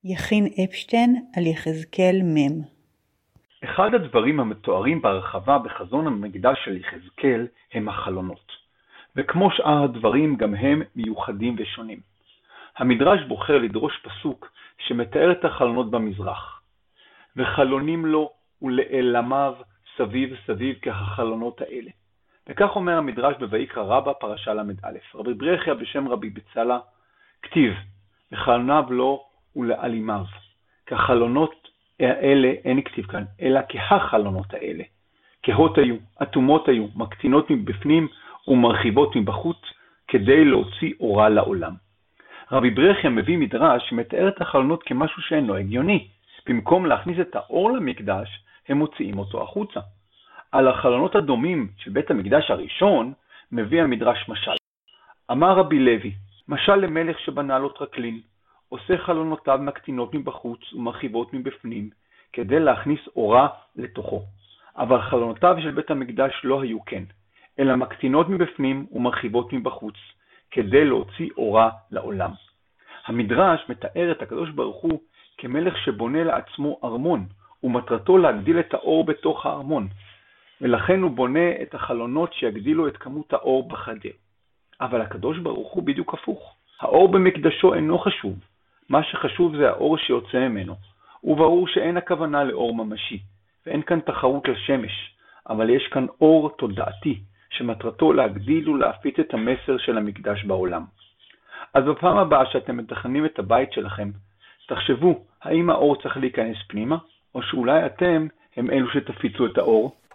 יכין אפשטיין על יחזקאל מ'. אחד הדברים המתוארים בהרחבה בחזון המקדש של יחזקאל הם החלונות, וכמו שאר הדברים גם הם מיוחדים ושונים. המדרש בוחר לדרוש פסוק שמתאר את החלונות במזרח. וחלונים לו ולעלמיו סביב סביב כחלונות האלה. וכך אומר המדרש בויקרא רבה פרשה ל"א. רבי ברכיה בשם רבי בצלא כתיב, וחלוניו לו ולעלמיו. כחלונות האלה אין כתיב כאן, אלא כהחלונות האלה. כהות היו, אטומות היו, מקטינות מבפנים ומרחיבות מבחוץ, כדי להוציא אורה לעולם. רבי ברכיה מביא מדרש שמתאר את החלונות כמשהו שאינו הגיוני. במקום להכניס את האור למקדש, הם מוציאים אותו החוצה. על החלונות הדומים של בית המקדש הראשון, מביא המדרש משל. אמר רבי לוי, משל למלך שבנה לו טרקלין, עושה חלונותיו מקטינות מבחוץ ומרחיבות מבפנים, כדי להכניס אורה לתוכו. אבל חלונותיו של בית המקדש לא היו כן, אלא מקטינות מבפנים ומרחיבות מבחוץ, כדי להוציא אורה לעולם. המדרש מתאר את הקדוש ברוך הוא כמלך שבונה לעצמו ארמון, ומטרתו להגדיל את האור בתוך הארמון, ולכן הוא בונה את החלונות שיגדילו את כמות האור בחדר. אבל הקדוש ברוך הוא בדיוק הפוך. האור במקדשו אינו חשוב, מה שחשוב זה האור שיוצא ממנו. וברור שאין הכוונה לאור ממשי, ואין כאן תחרות לשמש, אבל יש כאן אור תודעתי, שמטרתו להגדיל ולהפיץ את המסר של המקדש בעולם. אז בפעם הבאה שאתם מתכננים את הבית שלכם, תחשבו האם האור צריך להיכנס פנימה, או שאולי אתם הם אלו שתפיצו את האור.